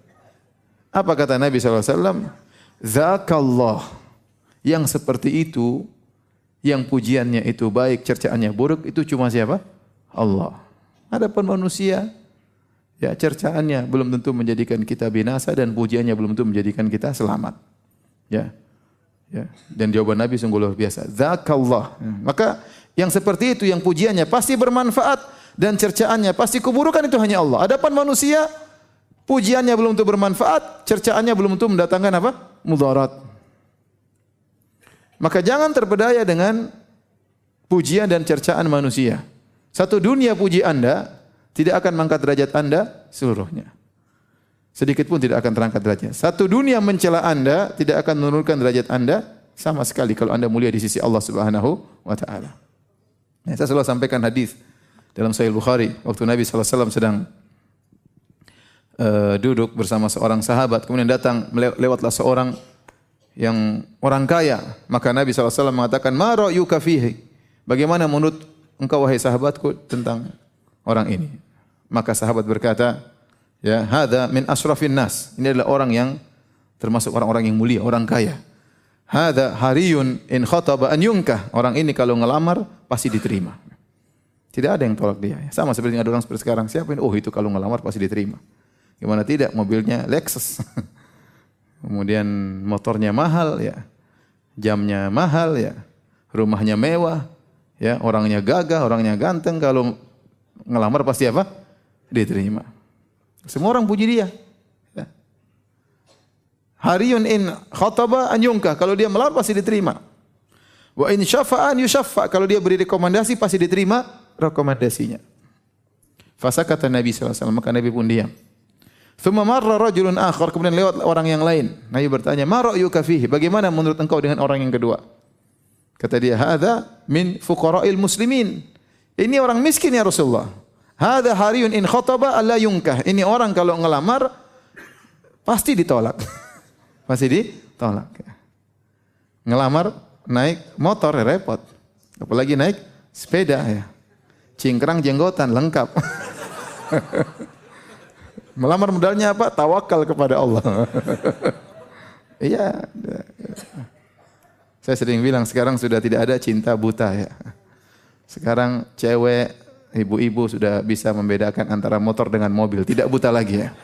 [SPEAKER 1] Apa kata Nabi sallallahu alaihi wasallam? Zakallah. Yang seperti itu, yang pujiannya itu baik, cercaannya buruk, itu cuma siapa? Allah. Adapun manusia, ya cercaannya belum tentu menjadikan kita binasa dan pujiannya belum tentu menjadikan kita selamat. Ya. Ya. Dan jawaban Nabi sungguh luar biasa. Zakallah. Maka yang seperti itu, yang pujiannya pasti bermanfaat dan cercaannya pasti keburukan, itu hanya Allah. Adapun manusia, pujiannya belum tentu bermanfaat, cercaannya belum tentu mendatangkan apa? Mudarat. Maka jangan terpedaya dengan pujian dan cercaan manusia. Satu dunia puji Anda tidak akan mengangkat derajat Anda seluruhnya. Sedikit pun tidak akan terangkat derajat. Satu dunia mencela Anda tidak akan menurunkan derajat Anda sama sekali kalau Anda mulia di sisi Allah Subhanahu wa taala. Nah, saya selalu sampaikan hadis dalam Sahih Bukhari waktu Nabi sallallahu alaihi wasallam sedang uh, duduk bersama seorang sahabat, kemudian datang lewatlah seorang yang orang kaya, maka Nabi sallallahu alaihi wasallam mengatakan, "Ma ra'yuka fihi?" Bagaimana menurut engkau wahai sahabatku tentang orang ini? Maka sahabat berkata, ya, hadza min asrafin nas. Ini adalah orang yang termasuk orang-orang yang mulia, orang kaya. Hadza hariyun in khataba an yunkah. Orang ini kalau ngelamar pasti diterima. Tidak ada yang tolak dia. Sama seperti ada orang seperti sekarang, siapa ini? Oh, itu kalau ngelamar pasti diterima. Gimana tidak? Mobilnya Lexus. Kemudian motornya mahal, ya. Jamnya mahal, ya. Rumahnya mewah, ya. Orangnya gagah, orangnya ganteng. Kalau ngelamar pasti apa? Diterima. Semua orang puji dia. Ya. Hariyun in khataba an yunkah. Kalau dia melamar pasti diterima. Wa in syafa'an yusyaffa. Kalau dia beri rekomendasi pasti diterima rekomendasinya. Fasakata Nabi sallallahu alaihi wasallam, maka Nabi pun diam. Thumma marra rajulun akhar, kemudian lewat orang yang lain. Nabi bertanya, "Ma ra'yuka fihi?" Bagaimana menurut engkau dengan orang yang kedua? Kata dia, "Hadza min fuqara'il muslimin." Ini orang miskin ya Rasulullah. "Hadza hariyun in khataba alla yunkah." Ini orang kalau ngelamar pasti ditolak. Pasti ditolak. Ngelamar naik motor ya repot. Apalagi naik sepeda ya. Cingkrang jenggotan lengkap. Melamar modalnya apa? Tawakal kepada Allah. Iya. Saya sering bilang sekarang sudah tidak ada cinta buta ya. Sekarang cewek, ibu-ibu sudah bisa membedakan antara motor dengan mobil, tidak buta lagi ya.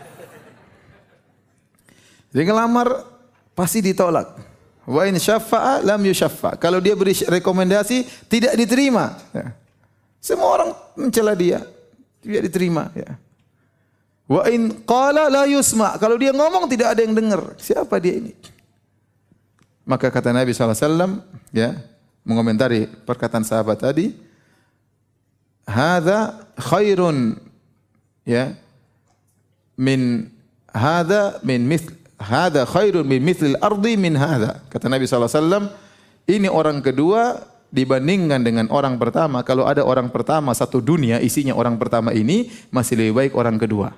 [SPEAKER 1] Jadi ngelamar pasti ditolak. Wa in syaffa'a lam yusyaffa. Kalau dia beri rekomendasi tidak diterima. Ya. Semua orang mencela dia, tidak diterima ya. Wa in qala la yusma. Kalau dia ngomong tidak ada yang dengar. Siapa dia ini? Maka kata Nabi sallallahu alaihi wasallam ya, mengomentari perkataan sahabat tadi, hadza khairun ya min hadza min mithl hadza khairun min mithlil ardi min hadza. Kata Nabi sallallahu alaihi wasallam, ini orang kedua dibandingkan dengan orang pertama, kalau ada orang pertama satu dunia isinya orang pertama ini, masih lebih baik orang kedua.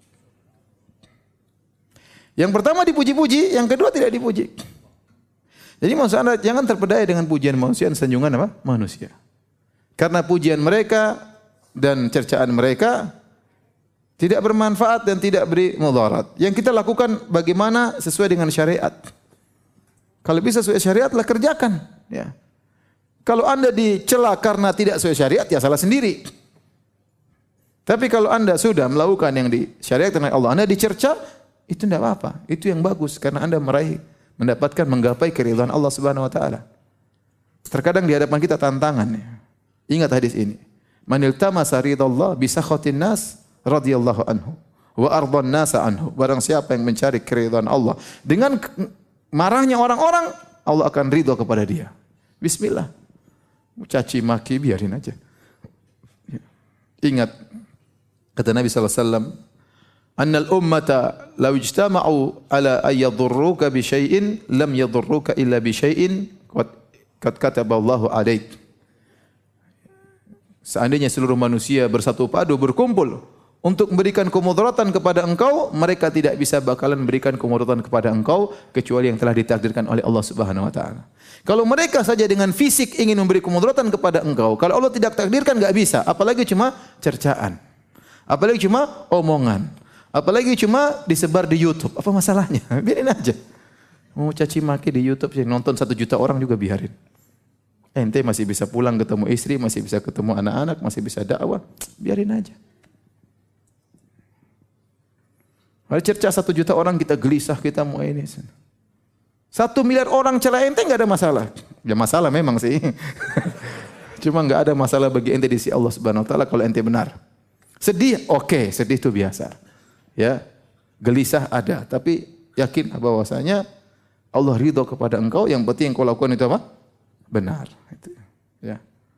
[SPEAKER 1] Yang pertama dipuji-puji, yang kedua tidak dipuji. Jadi maksud Anda jangan terpedaya dengan pujian manusia dan sanjungan apa? Manusia. Karena pujian mereka dan cercaan mereka tidak bermanfaat dan tidak beri mudarat. Yang kita lakukan bagaimana sesuai dengan syariat. Kalau bisa sesuai syariat lah kerjakan, ya. Kalau Anda dicela karena tidak sesuai syariat, ya salah sendiri. Tapi kalau Anda sudah melakukan yang disyariatkan oleh Allah, Anda dicerca, itu tidak apa-apa. Itu yang bagus karena Anda meraih, mendapatkan, menggapai keridhaan Allah Subhanahu wa taala. Terkadang di hadapan kita tantangan. Ya. Ingat hadis ini. Man iltamasa ridallah bi sakhatin nas radhiyallahu anhu wa ardhan nasa anhu. Barang siapa yang mencari keridhaan Allah dengan marahnya orang-orang, Allah akan ridha kepada dia. Bismillah. Caci maki biarin aja. Ingat kata Nabi sallallahu alaihi wasallam, "Annal ummata law ijtama'u ala ay yadurruka bi syai'in lam yadurruka illa bi syai'in qad kataballahu 'alaik." Seandainya seluruh manusia bersatu padu berkumpul untuk memberikan kemudaratan kepada engkau, mereka tidak bisa bakalan memberikan kemudaratan kepada engkau kecuali yang telah ditakdirkan oleh Allah Subhanahu wa taala. Kalau mereka saja dengan fisik ingin memberi kemudaratan kepada engkau, kalau Allah tidak takdirkan enggak bisa, apalagi cuma cercaan. Apalagi cuma omongan. Apalagi cuma disebar di YouTube. Apa masalahnya? Biarin aja. Mau caci maki di YouTube, nonton satu juta orang juga biarin. Ente masih bisa pulang ketemu istri, masih bisa ketemu anak-anak, masih bisa dakwah, biarin aja. Kalau cerca satu juta orang kita gelisah, kita mau ini. Satu miliar orang celah ente nggak ada masalah. Ya masalah memang sih. Cuma nggak ada masalah bagi ente di sisi Allah Subhanahu Wa Taala kalau ente benar. Sedih, oke, okay, sedih itu biasa. Ya, gelisah ada, tapi yakin bahwasanya Allah ridho kepada engkau. Yang penting yang kau lakukan itu apa? Benar. Itu, ya.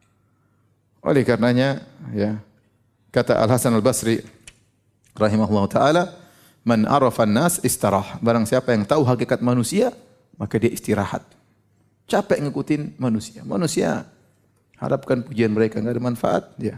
[SPEAKER 1] Oleh karenanya, ya, kata Al Hasan Al Basri, rahimahullah taala, man arafan nas istarah. Barang siapa yang tahu hakikat manusia, maka dia istirahat. Capek ngikutin manusia. Manusia harapkan pujian mereka enggak ada manfaat, ya.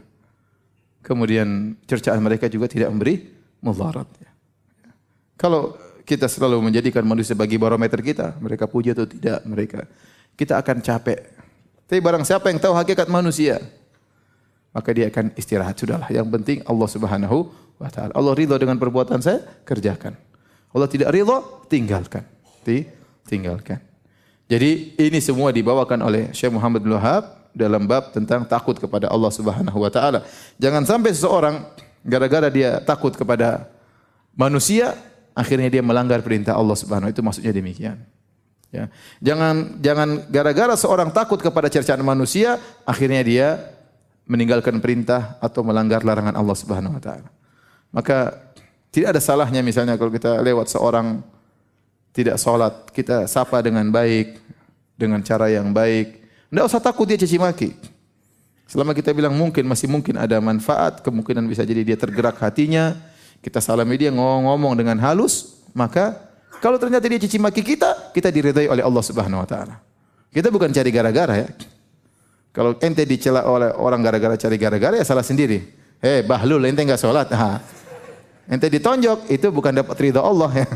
[SPEAKER 1] Kemudian cercaan mereka juga tidak memberi mudarat, ya. Kalau kita selalu menjadikan manusia sebagai barometer kita, mereka puji atau tidak mereka, kita akan capek. Tapi barang siapa yang tahu hakikat manusia, maka dia akan istirahat. Sudahlah, yang penting Allah Subhanahu wa taala. Allah ridha dengan perbuatan saya, kerjakan. Allah tidak ridha, tinggalkan. Tinggalkan. Jadi ini semua dibawakan oleh Syekh Muhammad bin Wahab dalam bab tentang takut kepada Allah Subhanahu wa taala. Jangan sampai seseorang gara-gara dia takut kepada manusia, akhirnya dia melanggar perintah Allah Subhanahu wa taala. Itu maksudnya demikian. Ya. Jangan jangan gara-gara seorang takut kepada cercaan manusia, akhirnya dia meninggalkan perintah atau melanggar larangan Allah Subhanahu wa taala. Maka tidak ada salahnya misalnya kalau kita lewat seorang tidak sholat, kita sapa dengan baik, dengan cara yang baik. Tidak usah takut dia caci maki. Selama kita bilang mungkin, masih mungkin ada manfaat, kemungkinan bisa jadi dia tergerak hatinya, kita salami dia ngomong-ngomong dengan halus, maka kalau ternyata dia caci maki kita, kita diridai oleh Allah Subhanahu wa taala. Kita bukan cari gara-gara, ya. Kalau ente dicela oleh orang gara-gara cari gara-gara, ya salah sendiri. Hei bahlul, ente enggak sholat. Ha. Ente ditonjok, itu bukan dapat ridha Allah, ya.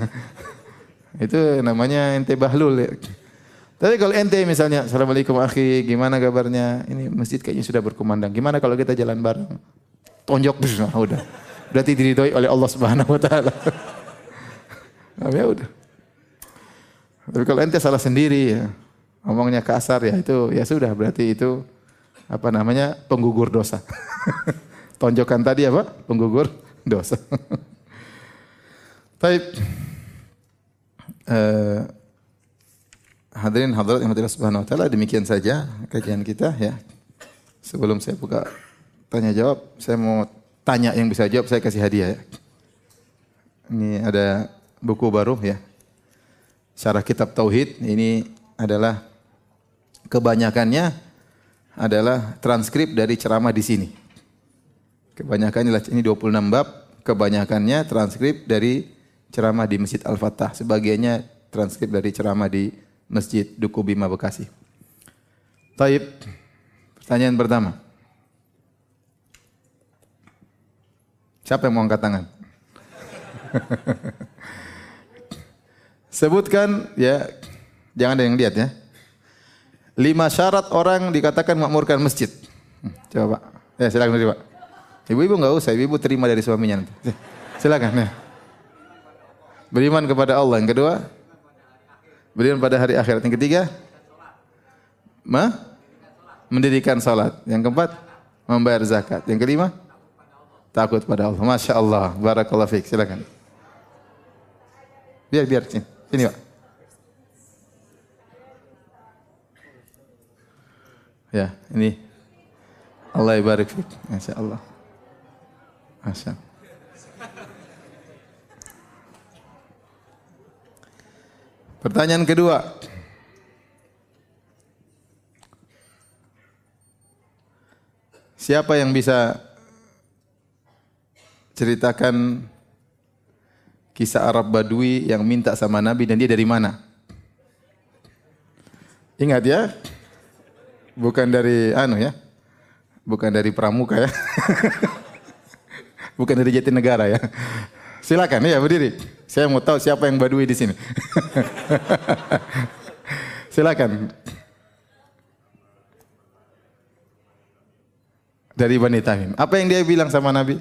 [SPEAKER 1] Itu namanya ente bahlul, ya. Tapi kalau ente misalnya, Assalamualaikum akhi, gimana kabarnya? Ini masjid kayaknya sudah berkumandang. Gimana kalau kita jalan bareng? Tonjok, nah, udah. Berarti diridhoi oleh Allah Subhanahu wa taala. Nah, ya udah. Tapi kalau ente salah sendiri, ya, ngomongnya kasar, ya itu ya sudah, berarti itu apa namanya? Penggugur dosa. Tonjokan tadi apa? Penggugur dosa. Baik. Uh, hadirin hadirat yang Allah Subhanahu wa taala, demikian saja kajian kita, ya. Sebelum saya buka tanya jawab, saya mau tanya, yang bisa jawab saya kasih hadiah, ya. Ini ada buku baru, ya. Syarah Kitab Tauhid. Ini adalah kebanyakannya adalah transkrip dari ceramah di sini. Kebanyakannya ini dua puluh enam bab, kebanyakannya transkrip dari ceramah di Masjid Al-Fatah, sebagiannya transkrip dari ceramah di Masjid Duku Bima Bekasi. Taib, Pertanyaan pertama. Siapa yang mau angkat tangan? Sebutkan ya, jangan ada yang lihat ya. Lima syarat orang dikatakan makmurkan masjid. Coba Pak. Ya silakan Pak. Ibu-ibu enggak usah, ibu-ibu terima dari suaminya nanti. Silakan ya. Beriman kepada Allah. Yang kedua, beriman pada hari akhirat. Yang ketiga, ma? Mendirikan salat. Yang keempat, membayar zakat. Yang kelima, takut pada Allah. Masya Allah. Barakallahu fiik. Silakan. Biar, biar. Sini, sini Pak. Ya, ini. Allah ibarik fiik. Masya Allah. Masya Allah. Pertanyaan kedua. Siapa yang bisa ceritakan kisah Arab Badui yang minta sama Nabi dan dia dari mana? Ingat ya, bukan dari anu ya, bukan dari Pramuka ya, bukan dari Jatinegara ya. Silakan ya berdiri. Saya mau tahu siapa yang Badui di sini. Silakan. Dari Bani Tamim. Apa yang dia bilang sama Nabi?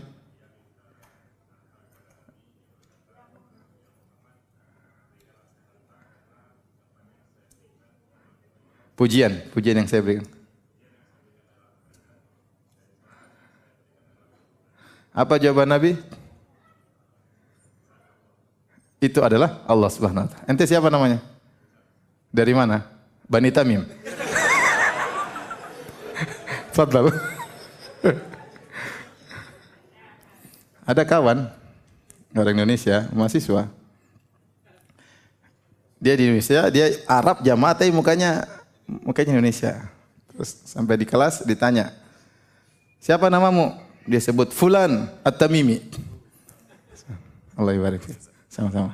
[SPEAKER 1] Pujian, pujian yang saya berikan. Apa jawaban Nabi? Itu adalah Allah Subhanahu wa taala. Ente siapa namanya? Dari mana? Bani Tamim. Fadlal. Ada kawan orang Indonesia, mahasiswa. Dia di Indonesia, dia Arab jamaah tapi mukanya mukanya Indonesia. Terus sampai di kelas ditanya, "Siapa namamu?" Dia sebut Fulan At-Tamimi. Allah ibarik. Sama-sama.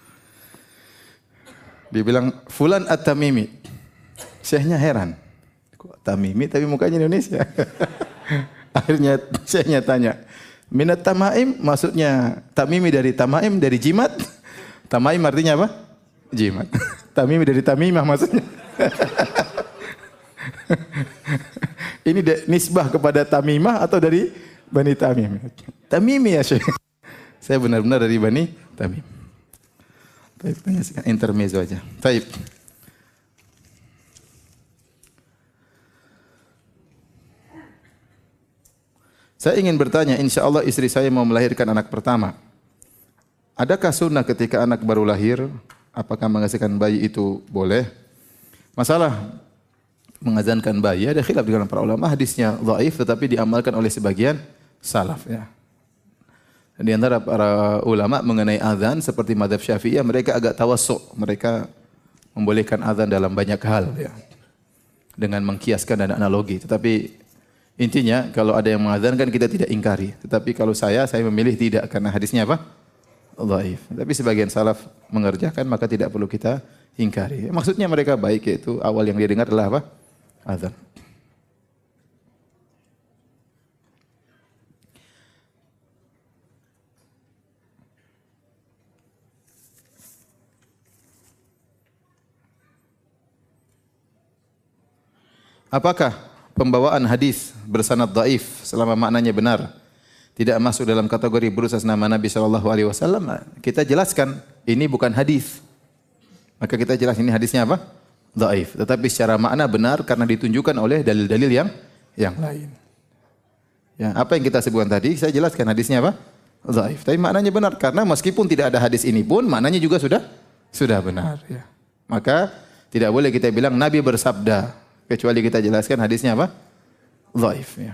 [SPEAKER 1] Dia bilang Fulan At-Tamimi. Syekhnya heran. Kok Tamimi tapi mukanya Indonesia? Akhirnya syekhnya tanya, "Minat Tamaim?" Maksudnya Tamimi dari Tamaim, dari jimat. Tamaim artinya apa? Jimat. Tamimi dari Tamimah maksudnya. Ini nisbah kepada Tamimah atau dari Bani Tamim? Tamimi ya Syekh. Saya benar-benar dari Bani Tamim. Baik, intermezzo aja. Baik. Saya ingin bertanya, insya Allah istri saya mau melahirkan anak pertama. Adakah sunnah ketika anak baru lahir? Apakah mengazankan bayi itu boleh? Masalah mengazankan bayi ada khilaf di kalangan para ulama. Hadisnya dhaif tetapi diamalkan oleh sebagian salaf ya. Di antara para ulama mengenai azan seperti mazhab Syafi'iyah mereka agak tawassuk, mereka membolehkan azan dalam banyak hal ya. Dengan mengkiaskan dan analogi. Tetapi intinya kalau ada yang mengazankan kita tidak ingkari. Tetapi kalau saya saya memilih tidak karena hadisnya apa? Dhaif. Tapi sebagian salaf mengerjakan maka tidak perlu kita ingkari. Maksudnya mereka baik yaitu awal yang dia dengar adalah apa? Azan. Apakah pembawaan hadis bersanad dhaif selama maknanya benar tidak masuk dalam kategori berusaha nama Nabi sallallahu alaihi wasallam? Kita jelaskan ini bukan hadis. Maka kita jelas ini hadisnya apa? Dhaif. Tetapi secara makna benar karena ditunjukkan oleh dalil-dalil yang yang lain. Ya, apa yang kita sebutkan tadi saya jelaskan hadisnya apa? Dhaif. Tapi maknanya benar karena meskipun tidak ada hadis ini pun maknanya juga sudah sudah benar ya. Maka tidak boleh kita bilang Nabi bersabda kecuali kita jelaskan hadisnya apa? Dhaif ya.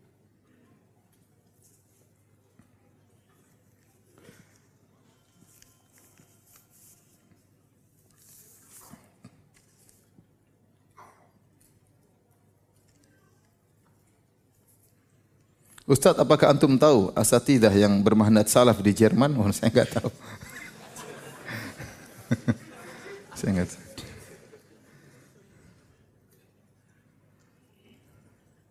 [SPEAKER 1] Ustaz, apakah antum tahu asatidah yang bermahnat salaf di Jerman? Oh, saya enggak tahu. Saya enggak tahu.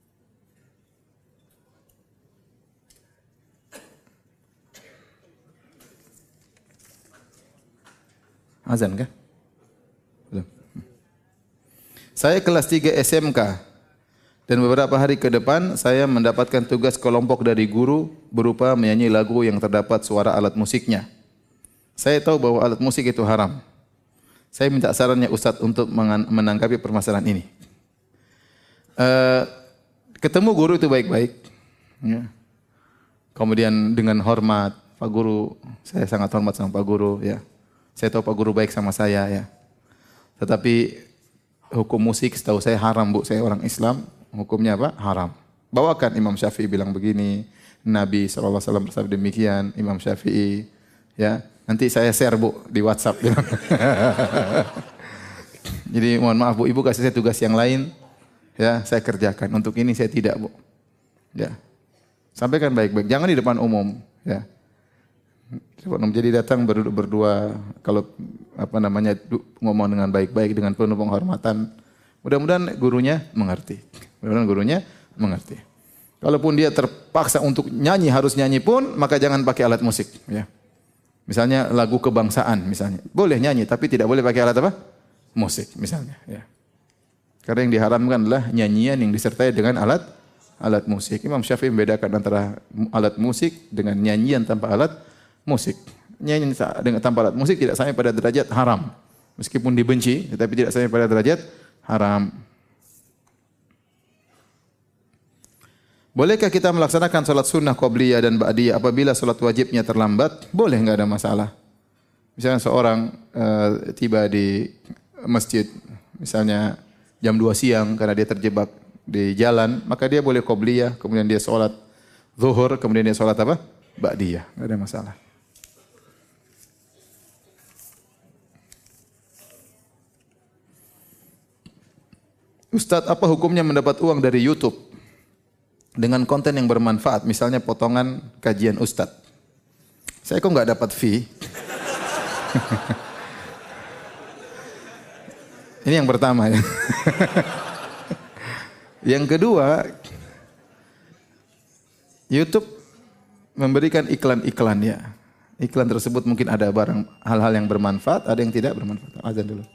[SPEAKER 1] Azan kah? Belum. Saya kelas tiga S M K dan beberapa hari ke depan saya mendapatkan tugas kelompok dari guru berupa menyanyi lagu yang terdapat suara alat musiknya. Saya tahu bahwa alat musik itu haram. Saya minta sarannya Ustadz untuk menanggapi permasalahan ini. Uh, ketemu guru itu baik-baik. Ya. Kemudian dengan hormat, Pak Guru, saya sangat hormat sama Pak Guru. Ya. Saya tahu Pak Guru baik sama saya. Ya. Tetapi hukum musik setahu saya haram, Bu. Saya orang Islam, hukumnya apa? Haram. Bawakan Imam Syafi'i bilang begini, Nabi shallallahu alaihi wasallam bersabda demikian, Imam Syafi'i. Ya. Nanti saya share, Bu, di WhatsApp. Jadi mohon maaf, Bu, Ibu kasih saya tugas yang lain, ya saya kerjakan. Untuk ini saya tidak, Bu. Ya, sampaikan baik-baik. Jangan di depan umum. Ya, jadi datang berdua, berdua kalau apa namanya ngomong dengan baik-baik dengan penuh penghormatan. Mudah-mudahan gurunya mengerti. Mudah-mudahan gurunya mengerti. Kalaupun dia terpaksa untuk nyanyi harus nyanyi pun, maka jangan pakai alat musik. Ya. Misalnya lagu kebangsaan misalnya. Boleh nyanyi tapi tidak boleh pakai alat apa? Musik misalnya. Ya. Karena yang diharamkan adalah nyanyian yang disertai dengan alat alat musik. Imam Syafi'i membedakan antara alat musik dengan nyanyian tanpa alat musik. Nyanyian dengan tanpa alat musik tidak sampai pada derajat haram. Meskipun dibenci tetapi tidak sampai pada derajat haram. Bolehkah kita melaksanakan salat sunnah qabliyah dan ba'diyah apabila salat wajibnya terlambat? Boleh, enggak ada masalah. Misalnya seorang uh, tiba di masjid, misalnya jam dua siang karena dia terjebak di jalan, maka dia boleh qabliyah, kemudian dia salat zuhur, kemudian dia salat apa? Ba'diyah, enggak ada masalah. Ustadz, apa hukumnya mendapat uang dari YouTube dengan konten yang bermanfaat, misalnya potongan kajian Ustadz? Saya kok nggak dapat fee? Ini yang pertama ya. Yang kedua, YouTube memberikan iklan-iklan ya. Iklan tersebut mungkin ada barang hal-hal yang bermanfaat, ada yang tidak bermanfaat. Azan dulu.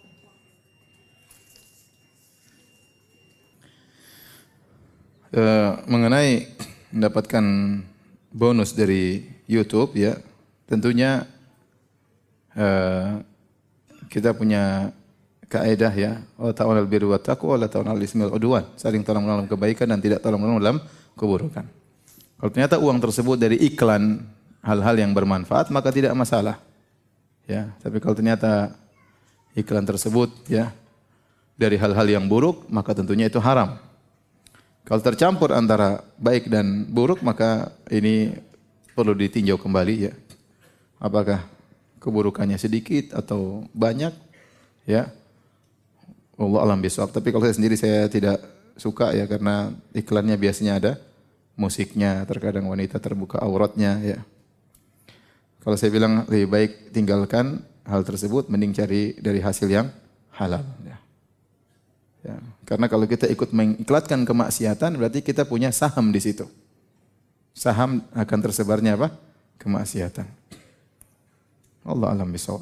[SPEAKER 1] Uh, mengenai mendapatkan bonus dari YouTube ya, tentunya uh, kita punya kaidah ya, wa ta'awunal birri wat taqwa wa la ta'awunal ismi wal udwan, saling tolong menolong kebaikan dan tidak tolong menolong dalam keburukan. Kalau ternyata uang tersebut dari iklan hal-hal yang bermanfaat maka tidak masalah. Ya, tapi kalau ternyata iklan tersebut ya dari hal-hal yang buruk maka tentunya itu haram. Kalau tercampur antara baik dan buruk maka ini perlu ditinjau kembali ya. Apakah keburukannya sedikit atau banyak ya. Allah alam bisawab. Tapi kalau saya sendiri saya tidak suka ya karena iklannya biasanya ada musiknya, terkadang wanita terbuka auratnya ya. Kalau saya bilang lebih baik tinggalkan hal tersebut mending cari dari hasil yang halal ya. Ya, karena kalau kita ikut mengiklatkan kemaksiatan berarti kita punya saham di situ. Saham akan tersebarnya apa? Kemaksiatan. Allah alam bisawab.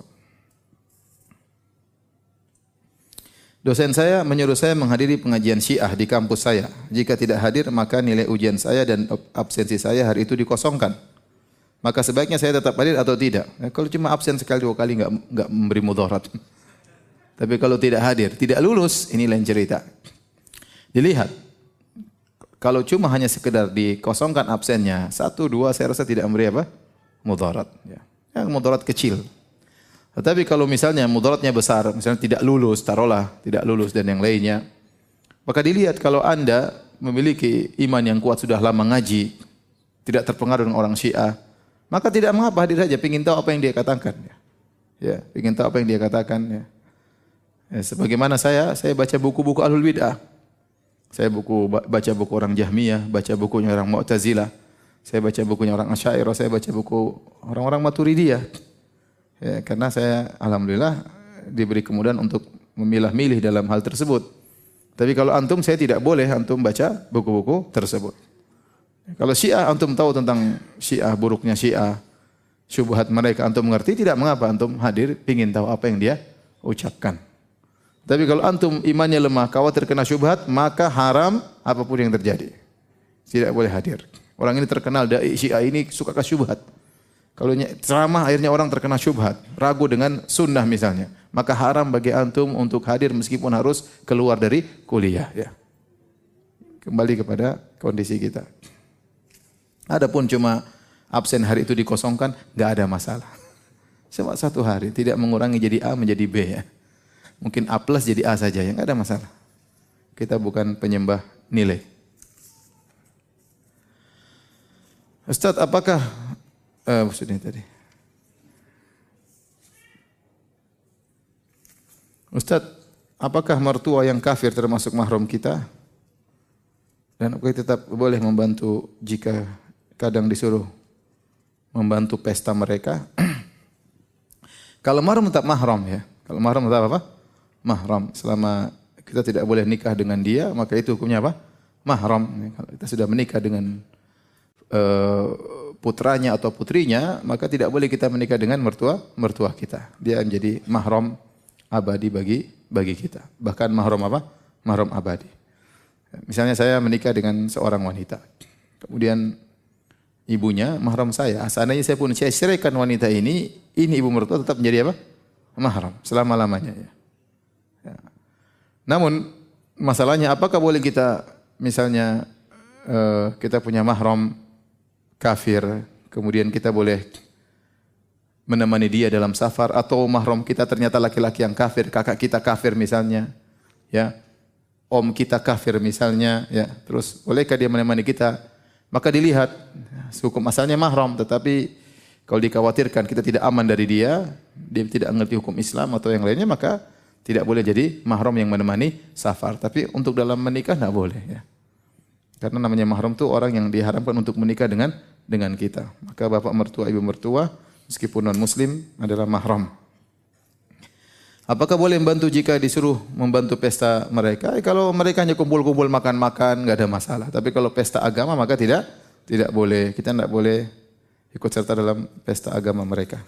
[SPEAKER 1] Dosen saya menyuruh saya menghadiri pengajian Syiah di kampus saya. Jika tidak hadir maka nilai ujian saya dan absensi saya hari itu dikosongkan. Maka sebaiknya saya tetap hadir atau tidak? Ya, kalau cuma absen sekali dua kali enggak enggak memberi mudarat. Tapi kalau tidak hadir, tidak lulus, ini lain cerita. Dilihat. Kalau cuma hanya sekedar dikosongkan absennya, satu, dua, saya rasa tidak memberi apa? Mudarat. Ya. Yang mudarat kecil. Tetapi kalau misalnya mudaratnya besar, misalnya tidak lulus, taruhlah tidak lulus dan yang lainnya, maka dilihat kalau Anda memiliki iman yang kuat, sudah lama ngaji, tidak terpengaruh dengan orang Syiah, maka tidak mengapa hadir saja, ingin tahu apa yang dia katakan. Ya, ya ingin tahu apa yang dia katakan. Ya. Ya, sebagaimana saya, saya baca buku-buku Ahlul Bid'ah. Saya buku baca buku orang Jahmiyah, baca bukunya orang Mu'tazilah. Saya baca bukunya orang Asy'ariyah, saya baca buku orang-orang Maturidiyah. Ya, karena saya alhamdulillah diberi kemudahan untuk memilah-milih dalam hal tersebut. Tapi kalau antum saya tidak boleh antum baca buku-buku tersebut. Kalau Syiah antum tahu tentang Syiah, buruknya Syiah. syubhat mereka antum mengerti, tidak mengapa antum hadir ingin tahu apa yang dia ucapkan. Tapi kalau antum imannya lemah, khawatir kena syubhat, maka haram apapun yang terjadi. Tidak boleh hadir. Orang ini terkenal dai Syiah ini suka ke syubhat. Kalau ceramah akhirnya orang terkena syubhat, ragu dengan sunnah misalnya, maka haram bagi antum untuk hadir meskipun harus keluar dari kuliah ya. Kembali kepada kondisi kita. Adapun cuma absen hari itu dikosongkan, enggak ada masalah. Cuma satu hari, tidak mengurangi jadi A menjadi B ya. Mungkin A plus jadi A saja, yang enggak ada masalah. Kita bukan penyembah nilai. Ustaz, apakah uh, maksudnya tadi? Ustaz, apakah mertua yang kafir termasuk mahram kita? Dan apakah tetap boleh membantu jika kadang disuruh membantu pesta mereka? Kalau mahram tetap mahram ya. Kalau mahram tetap apa? Mahram. Selama kita tidak boleh nikah dengan dia, maka itu hukumnya apa? Mahram. Kalau kita sudah menikah dengan uh, putranya atau putrinya, maka tidak boleh kita menikah dengan mertua mertua kita. Dia menjadi mahram abadi bagi bagi kita. Bahkan mahram apa? Mahram abadi. Misalnya saya menikah dengan seorang wanita. Kemudian ibunya mahram saya. Seandainya saya pun saya ceraikan wanita ini, ini ibu mertua tetap menjadi apa? Mahram selama-lamanya ya. Ya. Namun masalahnya apakah boleh kita misalnya uh, kita punya mahram kafir, kemudian kita boleh menemani dia dalam safar, atau mahram kita ternyata laki-laki yang kafir, kakak kita kafir misalnya, ya, om kita kafir misalnya, ya, terus bolehkah dia menemani kita? Maka dilihat hukum asalnya mahram, tetapi kalau dikhawatirkan kita tidak aman dari dia, dia tidak mengerti hukum Islam atau yang lainnya, maka tidak boleh jadi mahram yang menemani safar. Tapi untuk dalam menikah tidak boleh ya. Karena namanya mahram itu orang yang diharamkan untuk menikah dengan dengan kita. Maka bapak mertua, ibu mertua, meskipun non muslim adalah mahram. Apakah boleh membantu jika disuruh membantu pesta mereka? Eh, kalau mereka hanya kumpul-kumpul makan-makan, enggak ada masalah. Tapi kalau pesta agama maka tidak tidak boleh. Kita tidak boleh ikut serta dalam pesta agama mereka.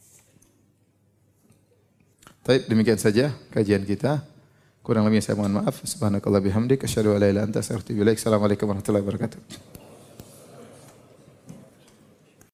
[SPEAKER 1] Baik, demikian saja kajian kita. Kurang lebihnya saya mohon maaf. Subhanakallah bihamdik asyhadu an la ilaha illa anta astaghfiruka wa atubu ilaik. Assalamualaikum warahmatullahi wabarakatuh.